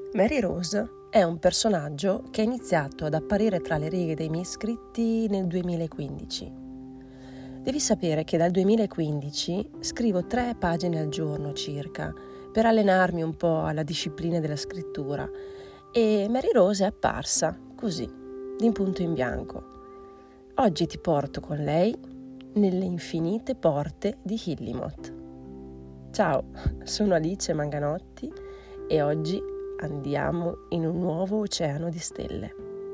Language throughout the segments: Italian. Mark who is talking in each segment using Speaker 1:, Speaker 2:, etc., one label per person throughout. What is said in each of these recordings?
Speaker 1: Mary Rose è un personaggio che è iniziato ad apparire tra le righe dei miei scritti nel 2015. Devi sapere che dal 2015 scrivo 3 pagine al giorno circa per allenarmi un po' alla disciplina della scrittura e Mary Rose è apparsa così, in punto in bianco. Oggi ti porto con lei nelle infinite porte di Hillimot. Ciao, sono Alice Manganotti e oggi andiamo in un nuovo oceano di stelle.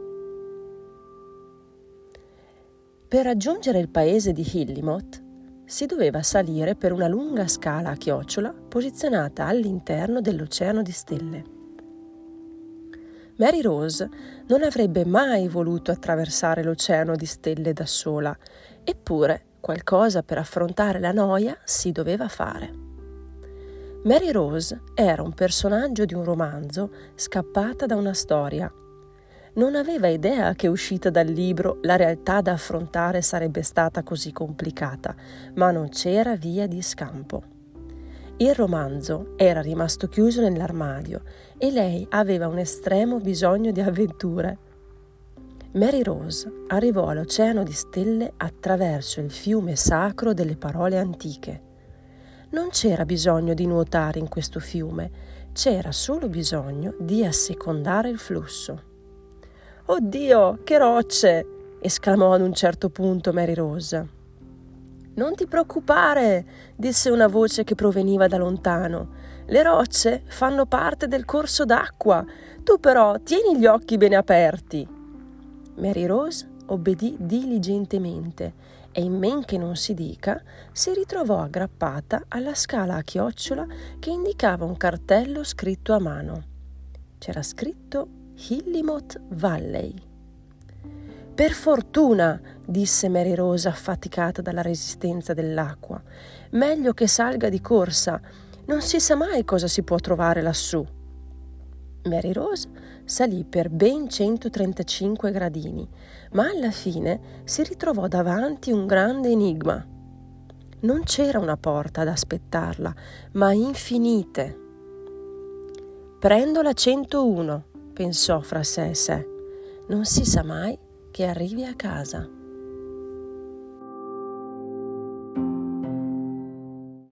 Speaker 1: Per raggiungere il paese di Hillimot si doveva salire per una lunga scala a chiocciola posizionata all'interno dell'oceano di stelle. Mary Rose non avrebbe mai voluto attraversare l'oceano di stelle da sola, eppure qualcosa per affrontare la noia si doveva fare. Mary Rose era un personaggio di un romanzo scappata da una storia. Non aveva idea che uscita dal libro la realtà da affrontare sarebbe stata così complicata, ma non c'era via di scampo. Il romanzo era rimasto chiuso nell'armadio e lei aveva un estremo bisogno di avventure. Mary Rose arrivò all'oceano di stelle attraverso il fiume sacro delle parole antiche. Non c'era bisogno di nuotare in questo fiume, c'era solo bisogno di assecondare il flusso. «Oddio, che rocce!» esclamò ad un certo punto Mary Rose. «Non ti preoccupare», disse una voce che proveniva da lontano. «Le rocce fanno parte del corso d'acqua, tu però tieni gli occhi bene aperti». Mary Rose obbedì diligentemente e in men che non si dica si ritrovò aggrappata alla scala a chiocciola che indicava un cartello scritto a mano. C'era scritto Hillimot Valley. «Per fortuna», disse Mary Rose affaticata dalla resistenza dell'acqua. «Meglio che salga di corsa, non si sa mai cosa si può trovare lassù». Mary Rose salì per ben 135 gradini, ma alla fine si ritrovò davanti un grande enigma. Non c'era una porta ad aspettarla, ma infinite. «Prendo la 101», pensò fra sé e sé. «Non si sa mai che arrivi a casa».